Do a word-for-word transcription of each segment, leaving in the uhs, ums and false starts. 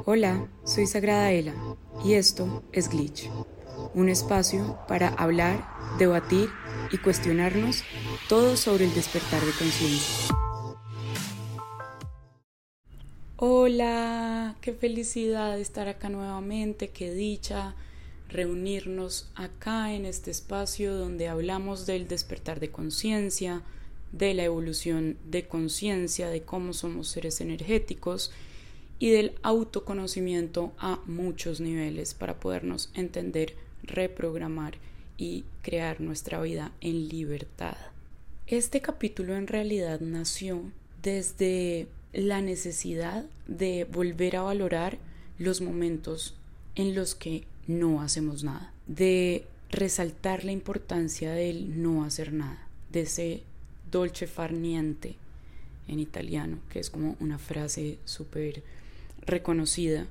Hola, soy Sagrada Ela y esto es Glitch, un espacio para hablar, debatir y cuestionarnos todo sobre el despertar de conciencia. Hola, qué felicidad estar acá nuevamente, qué dicha reunirnos acá en este espacio donde hablamos del despertar de conciencia, de la evolución de conciencia, de cómo somos seres energéticos y del autoconocimiento a muchos niveles para podernos entender, reprogramar y crear nuestra vida en libertad. Este capítulo en realidad nació desde la necesidad de volver a valorar los momentos en los que no hacemos nada, de resaltar la importancia del no hacer nada, de ese dolce far niente en italiano, que es como una frase súper reconocida,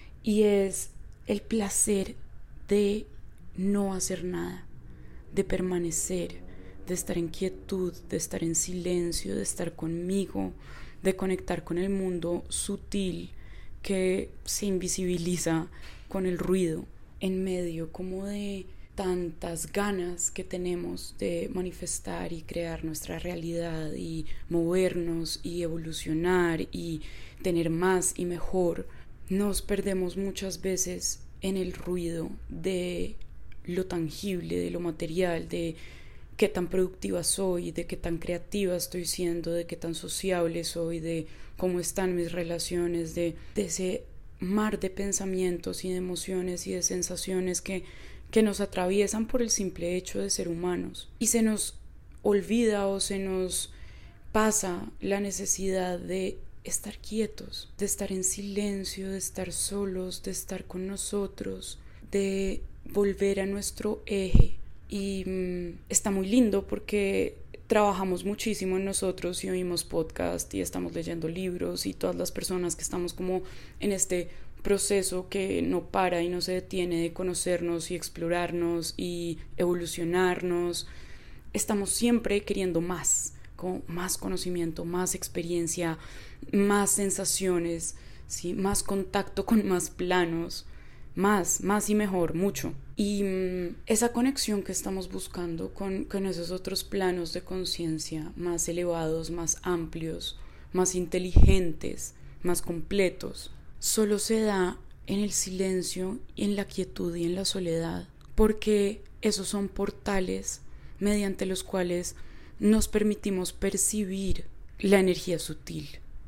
y es el placer de no hacer nada, de permanecer, de estar en quietud, de estar en silencio, de estar conmigo, de conectar con el mundo sutil que se invisibiliza con el ruido, en medio como de tantas ganas que tenemos de manifestar y crear nuestra realidad y movernos y evolucionar y tener más y mejor. Nos perdemos muchas veces en el ruido de lo tangible, de lo material, de qué tan productiva soy, de qué tan creativa estoy siendo, de qué tan sociable soy, de cómo están mis relaciones, de, de ese mar de pensamientos y de emociones y de sensaciones que, que nos atraviesan por el simple hecho de ser humanos. Y se nos olvida o se nos pasa la necesidad de estar quietos, de estar en silencio, de estar solos, de estar con nosotros, de volver a nuestro eje. Y mmm, está muy lindo porque trabajamos muchísimo en nosotros y oímos podcast y estamos leyendo libros y todas las personas que estamos como en este proceso que no para y no se detiene de conocernos y explorarnos y evolucionarnos, estamos siempre queriendo más, como más conocimiento, más experiencia, más sensaciones, ¿sí? Más contacto con más planos, más, más y mejor, mucho. Y mmm, esa conexión que estamos buscando con, con esos otros planos de conciencia más elevados, más amplios, más inteligentes, más completos, solo se da en el silencio, en la quietud y en la soledad, porque esos son portales mediante los cuales nos permitimos percibir la energía sutil,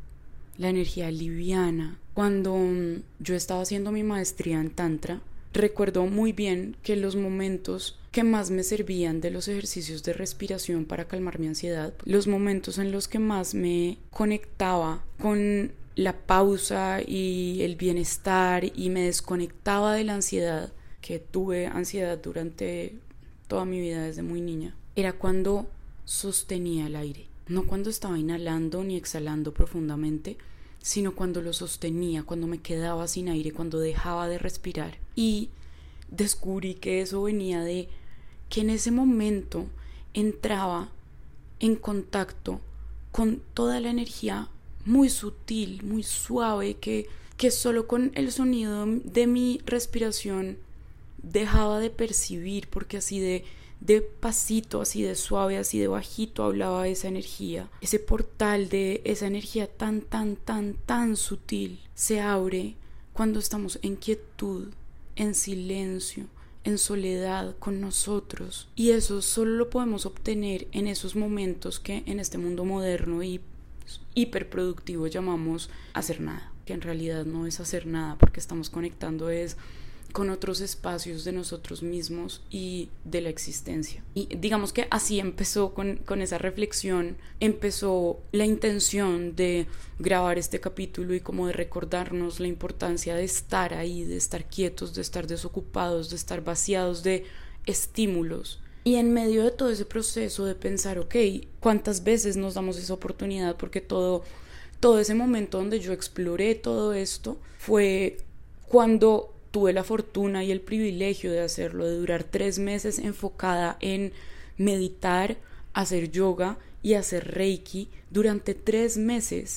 la energía liviana. Cuando um, yo estaba haciendo mi maestría en Tantra, recuerdo muy bien que los momentos que más me servían de los ejercicios de respiración para calmar mi ansiedad, los momentos en los que más me conectaba con la pausa y el bienestar y me desconectaba de la ansiedad, que tuve ansiedad durante toda mi vida desde muy niña, era cuando sostenía el aire, no cuando estaba inhalando ni exhalando profundamente, sino cuando lo sostenía, cuando me quedaba sin aire, cuando dejaba de respirar. Y descubrí que eso venía de que en ese momento entraba en contacto con toda la energía muy sutil, muy suave, que, que solo con el sonido de mi respiración dejaba de percibir, porque así de de pasito, así de suave, así de bajito hablaba esa energía. Ese portal de esa energía tan, tan, tan, tan sutil se abre cuando estamos en quietud, en silencio, en soledad con nosotros. Y eso solo lo podemos obtener en esos momentos que en este mundo moderno y hiperproductivo llamamos hacer nada, que en realidad no es hacer nada, porque estamos conectando es con otros espacios de nosotros mismos y de la existencia. Y digamos que así empezó con, con esa reflexión, empezó la intención de grabar este capítulo y como de recordarnos la importancia de estar ahí, de estar quietos, de estar desocupados, de estar vaciados de estímulos. Y en medio de todo ese proceso de pensar, ok, ¿cuántas veces nos damos esa oportunidad? Porque todo, todo ese momento donde yo exploré todo esto fue cuando tuve la fortuna y el privilegio de hacerlo, de durar tres meses enfocada en meditar, hacer yoga y hacer reiki durante tres meses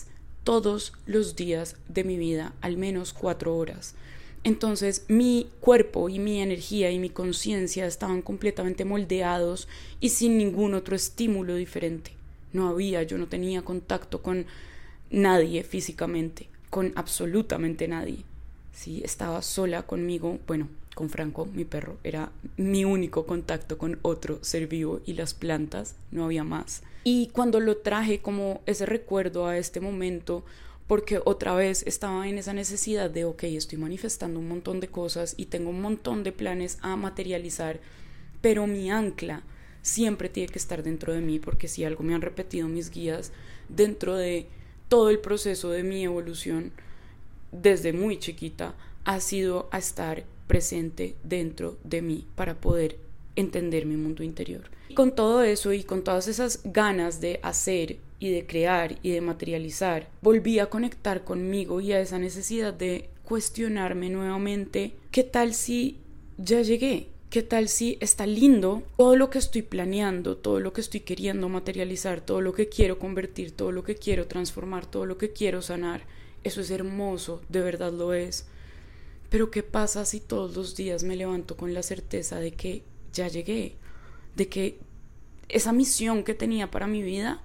todos los días de mi vida, al menos cuatro horas. Entonces mi cuerpo y mi energía y mi conciencia estaban completamente moldeados y sin ningún otro estímulo diferente. No había, yo no tenía contacto con nadie físicamente, con absolutamente nadie. Sí, estaba sola conmigo, bueno, con Franco, mi perro, era mi único contacto con otro ser vivo y las plantas, no había más. Y cuando lo traje como ese recuerdo a este momento, porque otra vez estaba en esa necesidad de, ok, estoy manifestando un montón de cosas y tengo un montón de planes a materializar, pero mi ancla siempre tiene que estar dentro de mí, porque si algo me han repetido mis guías dentro de todo el proceso de mi evolución desde muy chiquita, ha sido a estar presente dentro de mí para poder entender mi mundo interior. Y con todo eso y con todas esas ganas de hacer y de crear y de materializar, volví a conectar conmigo y a esa necesidad de cuestionarme nuevamente, ¿qué tal si ya llegué? ¿Qué tal si está lindo todo lo que estoy planeando, todo lo que estoy queriendo materializar, todo lo que quiero convertir, todo lo que quiero transformar, todo lo que quiero sanar? Eso es hermoso, de verdad lo es. Pero ¿qué pasa si todos los días me levanto con la certeza de que ya llegué? De que esa misión que tenía para mi vida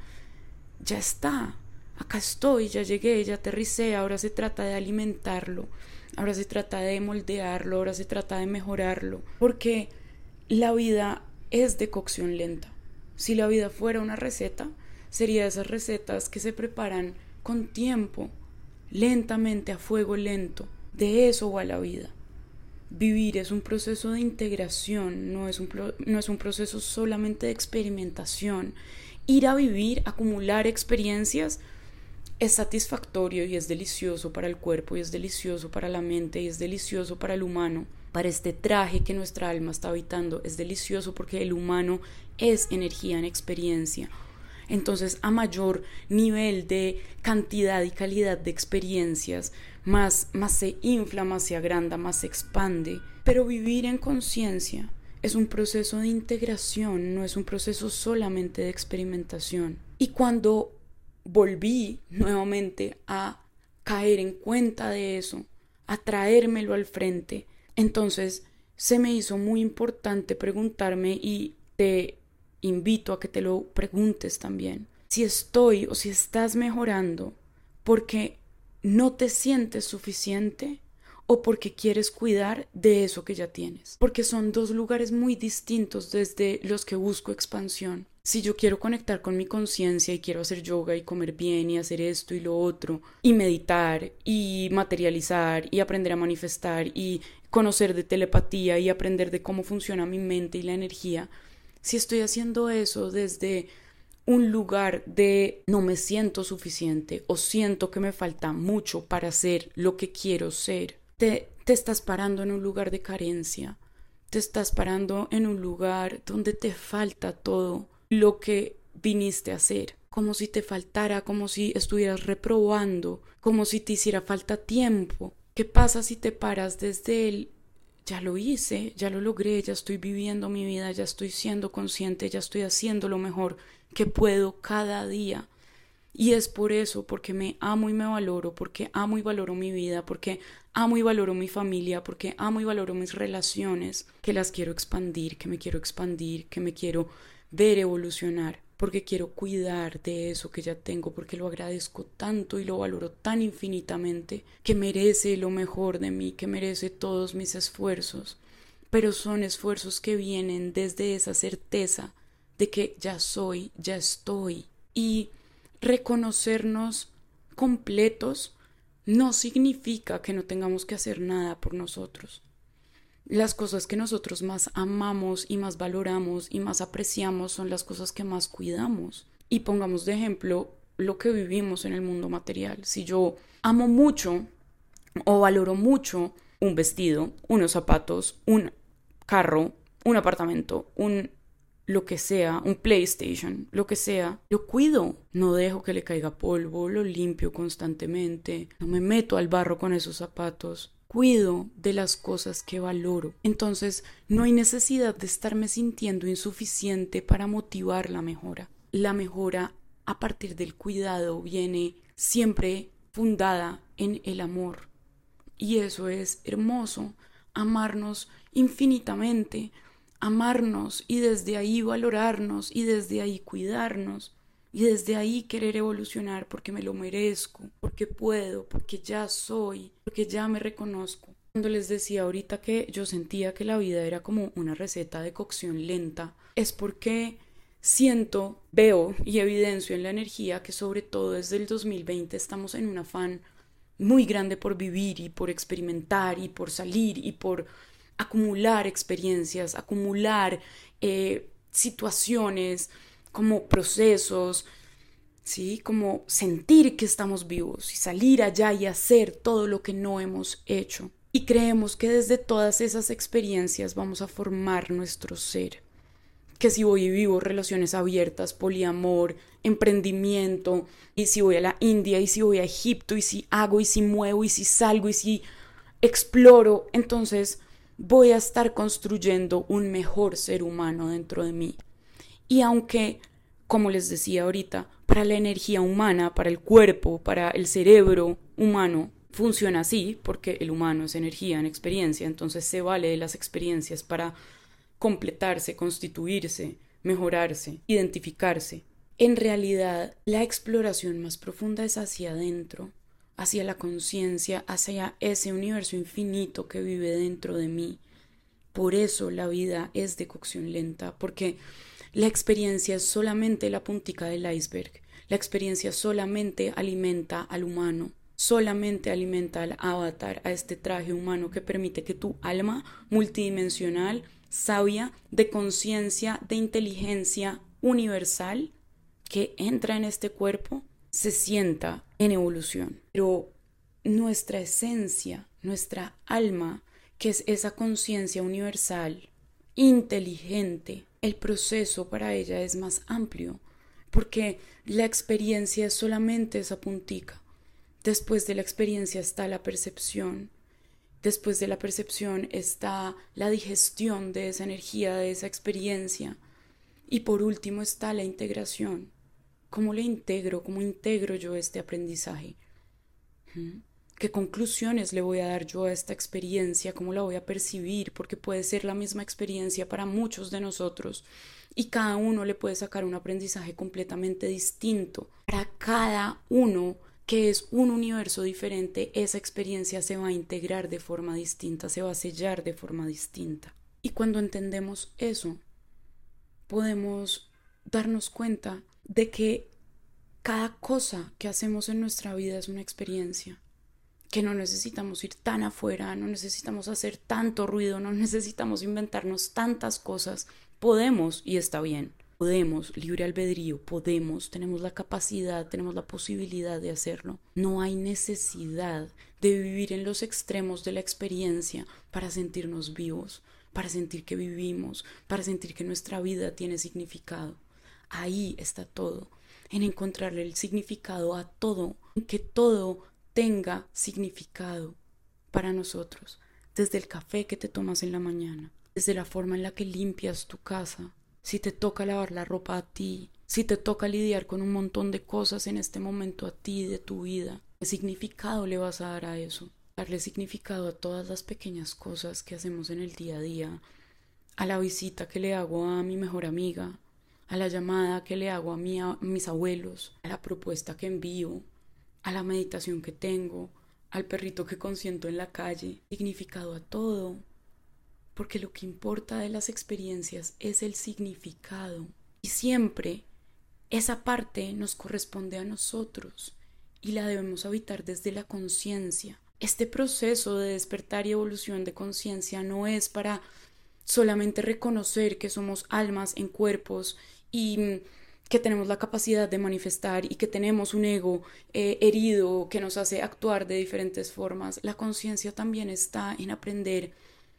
ya está. Acá estoy, ya llegué, ya aterricé. Ahora se trata de alimentarlo. Ahora se trata de moldearlo. Ahora se trata de mejorarlo. Porque la vida es de cocción lenta. Si la vida fuera una receta, sería esas recetas que se preparan con tiempo, lentamente, a fuego lento. De eso va la vida. Vivir es un proceso de integración, no es un, pro, no es un proceso solamente de experimentación. Ir a vivir, acumular experiencias, es satisfactorio y es delicioso para el cuerpo y es delicioso para la mente y es delicioso para el humano. Para este traje que nuestra alma está habitando es delicioso porque el humano es energía en experiencia. Entonces, a mayor nivel de cantidad y calidad de experiencias, más, más se infla, más se agranda, más se expande. Pero vivir en conciencia es un proceso de integración, no es un proceso solamente de experimentación. Y cuando volví nuevamente a caer en cuenta de eso, a traérmelo al frente, entonces se me hizo muy importante preguntarme, y te invito a que te lo preguntes también, si estoy o si estás mejorando porque no te sientes suficiente o porque quieres cuidar de eso que ya tienes, porque son dos lugares muy distintos desde los que busco expansión. Si yo quiero conectar con mi conciencia y quiero hacer yoga y comer bien y hacer esto y lo otro y meditar y materializar y aprender a manifestar y conocer de telepatía y aprender de cómo funciona mi mente y la energía, si estoy haciendo eso desde un lugar de no me siento suficiente o siento que me falta mucho para ser lo que quiero ser, te, te estás parando en un lugar de carencia, te estás parando en un lugar donde te falta todo lo que viniste a hacer, como si te faltara, como si estuvieras reprobando, como si te hiciera falta tiempo. ¿Qué pasa si te paras desde el ya lo hice, ya lo logré, ya estoy viviendo mi vida, ya estoy siendo consciente, ya estoy haciendo lo mejor que puedo cada día? Y es por eso, porque me amo y me valoro, porque amo y valoro mi vida, porque amo y valoro mi familia, porque amo y valoro mis relaciones, que las quiero expandir, que me quiero expandir, que me quiero ver evolucionar, porque quiero cuidar de eso que ya tengo, porque lo agradezco tanto y lo valoro tan infinitamente, que merece lo mejor de mí, que merece todos mis esfuerzos, pero son esfuerzos que vienen desde esa certeza de que ya soy, ya estoy. Y reconocernos completos no significa que no tengamos que hacer nada por nosotros. Las cosas que nosotros más amamos y más valoramos y más apreciamos son las cosas que más cuidamos. Y pongamos de ejemplo lo que vivimos en el mundo material. Si yo amo mucho o valoro mucho un vestido, unos zapatos, un carro, un apartamento, un lo que sea, un PlayStation, lo que sea, lo cuido. No dejo que le caiga polvo, lo limpio constantemente, no me meto al barro con esos zapatos. Cuido de las cosas que valoro. Entonces, no hay necesidad de estarme sintiendo insuficiente para motivar la mejora. La mejora a partir del cuidado viene siempre fundada en el amor. Y eso es hermoso, amarnos infinitamente, amarnos y desde ahí valorarnos y desde ahí cuidarnos y desde ahí querer evolucionar porque me lo merezco, porque puedo, porque ya soy, porque ya me reconozco. Cuando les decía ahorita que yo sentía que la vida era como una receta de cocción lenta, es porque siento, veo y evidencio en la energía que sobre todo desde el dos mil veinte estamos en un afán muy grande por vivir y por experimentar y por salir y por acumular experiencias, acumular eh, situaciones como procesos, ¿sí? Como sentir que estamos vivos y salir allá y hacer todo lo que no hemos hecho. Y creemos que desde todas esas experiencias vamos a formar nuestro ser. Que si voy y vivo relaciones abiertas, poliamor, emprendimiento, y si voy a la India, y si voy a Egipto, y si hago, y si muevo, y si salgo, y si exploro, entonces voy a estar construyendo un mejor ser humano dentro de mí. Y aunque, como les decía ahorita, para la energía humana, para el cuerpo, para el cerebro humano, funciona así, porque el humano es energía en experiencia, entonces se vale de las experiencias para completarse, constituirse, mejorarse, identificarse. En realidad, la exploración más profunda es hacia adentro, hacia la conciencia, hacia ese universo infinito que vive dentro de mí. Por eso la vida es de cocción lenta, porque la experiencia es solamente la puntica del iceberg. La experiencia solamente alimenta al humano, solamente alimenta al avatar, a este traje humano que permite que tu alma multidimensional, sabia, de conciencia, de inteligencia universal, que entra en este cuerpo, se sienta en evolución. Pero nuestra esencia, nuestra alma, que es esa conciencia universal, inteligente, el proceso para ella es más amplio, porque la experiencia es solamente esa puntica. Después de la experiencia está la percepción. Después de la percepción está la digestión de esa energía, de esa experiencia. Y por último está la integración. ¿Cómo le integro? ¿Cómo integro yo este aprendizaje? ¿Mm? ¿Qué conclusiones le voy a dar yo a esta experiencia? ¿Cómo la voy a percibir? Porque puede ser la misma experiencia para muchos de nosotros y cada uno le puede sacar un aprendizaje completamente distinto. Para cada uno que es un universo diferente, esa experiencia se va a integrar de forma distinta, se va a sellar de forma distinta. Y cuando entendemos eso, podemos darnos cuenta de que cada cosa que hacemos en nuestra vida es una experiencia. Que no necesitamos ir tan afuera, no necesitamos hacer tanto ruido, no necesitamos inventarnos tantas cosas. Podemos, y está bien, podemos, libre albedrío, podemos, tenemos la capacidad, tenemos la posibilidad de hacerlo. No hay necesidad de vivir en los extremos de la experiencia para sentirnos vivos, para sentir que vivimos, para sentir que nuestra vida tiene significado. Ahí está todo, en encontrarle el significado a todo, en que todo tenga significado para nosotros, desde el café que te tomas en la mañana, desde la forma en la que limpias tu casa, si te toca lavar la ropa a ti, si te toca lidiar con un montón de cosas en este momento a ti de tu vida, ¿qué significado le vas a dar a eso? Darle significado a todas las pequeñas cosas que hacemos en el día a día, a la visita que le hago a mi mejor amiga, a la llamada que le hago a, mi, a mis abuelos, a la propuesta que envío, a la meditación que tengo, al perrito que consiento en la calle, significado a todo, porque lo que importa de las experiencias es el significado y siempre esa parte nos corresponde a nosotros y la debemos habitar desde la conciencia. Este proceso de despertar y evolución de conciencia no es para solamente reconocer que somos almas en cuerpos y que tenemos la capacidad de manifestar y que tenemos un ego eh, herido que nos hace actuar de diferentes formas. La conciencia también está en aprender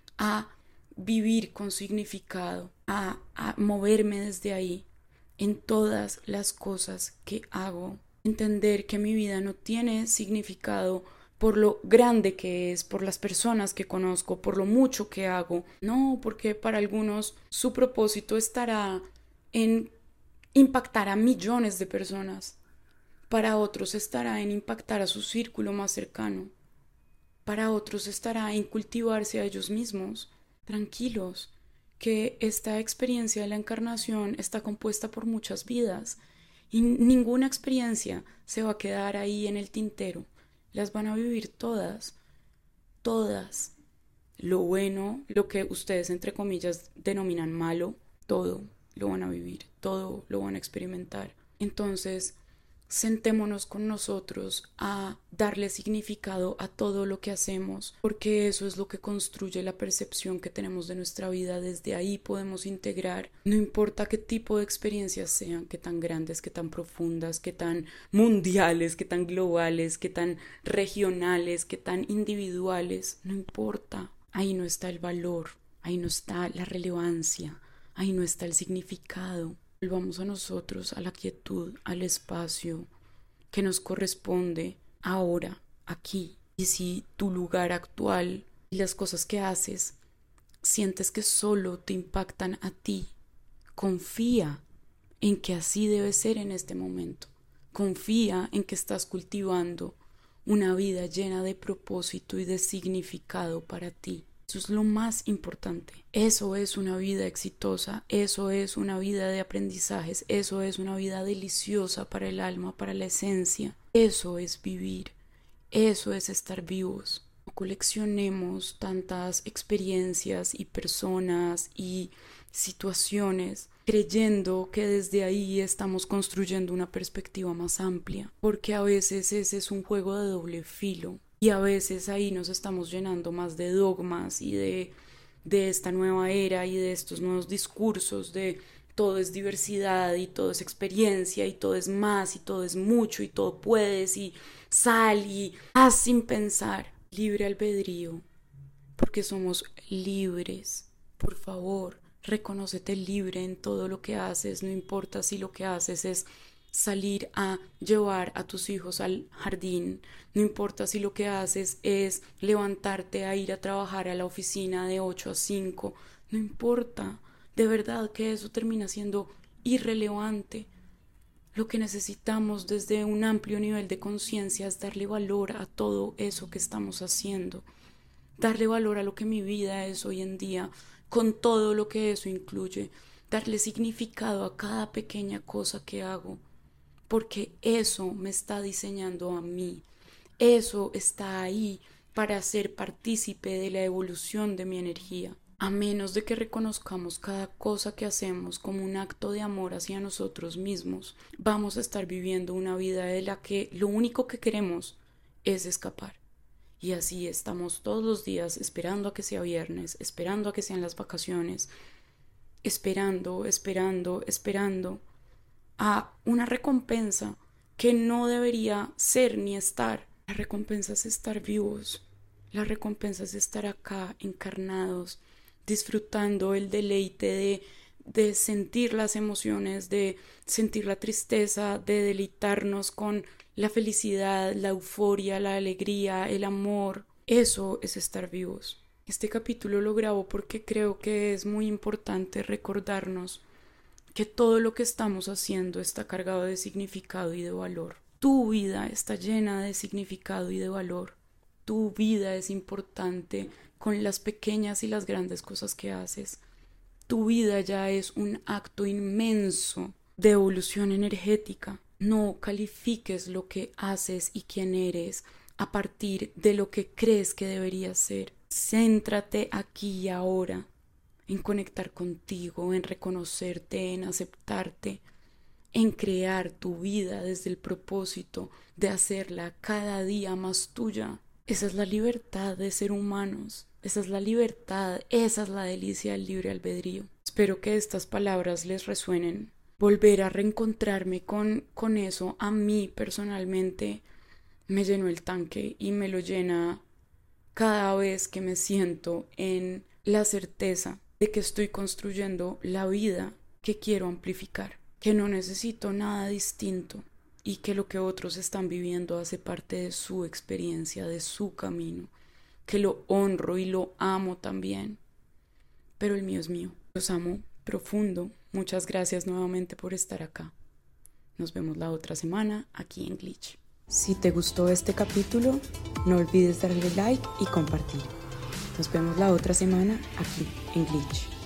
a vivir con significado, a, a moverme desde ahí en todas las cosas que hago. Entender que mi vida no tiene significado por lo grande que es, por las personas que conozco, por lo mucho que hago. No, porque para algunos su propósito estará en impactar a millones de personas, Para otros estará en impactar a su círculo más cercano. Para otros estará en cultivarse a ellos mismos. Tranquilos, que esta experiencia de la encarnación está compuesta por muchas vidas y ninguna experiencia se va a quedar ahí en el tintero. Las van a vivir todas, todas. Lo bueno, lo que ustedes entre comillas denominan malo, todo lo van a vivir, todo lo van a experimentar. Entonces, sentémonos con nosotros a darle significado a todo lo que hacemos, porque eso es lo que construye la percepción que tenemos de nuestra vida. Desde ahí podemos integrar, no importa qué tipo de experiencias sean, qué tan grandes, qué tan profundas, qué tan mundiales, qué tan globales, qué tan regionales, qué tan individuales, no importa. Ahí no está el valor, ahí no está la relevancia, ahí no está el significado. Volvamos a nosotros, a la quietud, al espacio que nos corresponde ahora, aquí. Y si tu lugar actual y las cosas que haces sientes que solo te impactan a ti, confía en que así debe ser en este momento. Confía en que estás cultivando una vida llena de propósito y de significado para ti. Eso es lo más importante. Eso es una vida exitosa, eso es una vida de aprendizajes, eso es una vida deliciosa para el alma, para la esencia. Eso es vivir, eso es estar vivos. No coleccionemos tantas experiencias y personas y situaciones creyendo que desde ahí estamos construyendo una perspectiva más amplia, porque a veces ese es un juego de doble filo. Y a veces ahí nos estamos llenando más de dogmas y de, de esta nueva era y de estos nuevos discursos de todo es diversidad y todo es experiencia y todo es más y todo es mucho y todo puedes y sal y haz sin pensar. Libre albedrío, porque somos libres. Por favor, reconócete libre en todo lo que haces, no importa si lo que haces es salir a llevar a tus hijos al jardín, no importa si lo que haces es levantarte a ir a trabajar a la oficina de ocho a cinco, no importa, de verdad que eso termina siendo irrelevante. Lo que necesitamos desde un amplio nivel de conciencia es darle valor a todo eso que estamos haciendo, darle valor a lo que mi vida es hoy en día, con todo lo que eso incluye, darle significado a cada pequeña cosa que hago, porque eso me está diseñando a mí, eso está ahí para ser partícipe de la evolución de mi energía. A menos de que reconozcamos cada cosa que hacemos como un acto de amor hacia nosotros mismos, vamos a estar viviendo una vida de la que lo único que queremos es escapar. Y así estamos todos los días esperando a que sea viernes, esperando a que sean las vacaciones, esperando, esperando, esperando a una recompensa que no debería ser ni estar. La recompensa es estar vivos, la recompensa es estar acá encarnados, disfrutando el deleite de, de sentir las emociones, de sentir la tristeza, de deleitarnos con la felicidad, la euforia, la alegría, el amor. Eso es estar vivos. Este capítulo lo grabo porque creo que es muy importante recordarnos que todo lo que estamos haciendo está cargado de significado y de valor. Tu vida está llena de significado y de valor. Tu vida es importante con las pequeñas y las grandes cosas que haces. Tu vida ya es un acto inmenso de evolución energética. No califiques lo que haces y quién eres a partir de lo que crees que deberías ser. Céntrate aquí y ahora, en conectar contigo, en reconocerte, en aceptarte, en crear tu vida desde el propósito de hacerla cada día más tuya. Esa es la libertad de ser humanos, esa es la libertad, esa es la delicia del libre albedrío. Espero que estas palabras les resuenen. Volver a reencontrarme con, con eso a mí personalmente me llenó el tanque y me lo llena cada vez que me siento en la certeza de que estoy construyendo la vida que quiero amplificar, que no necesito nada distinto y que lo que otros están viviendo hace parte de su experiencia, de su camino, que lo honro y lo amo también, pero el mío es mío. Los amo profundo. Muchas gracias nuevamente por estar acá. Nos vemos la otra semana aquí en Glitch. Si te gustó este capítulo, no olvides darle like y compartir. Nos vemos la otra semana aquí en Glitch.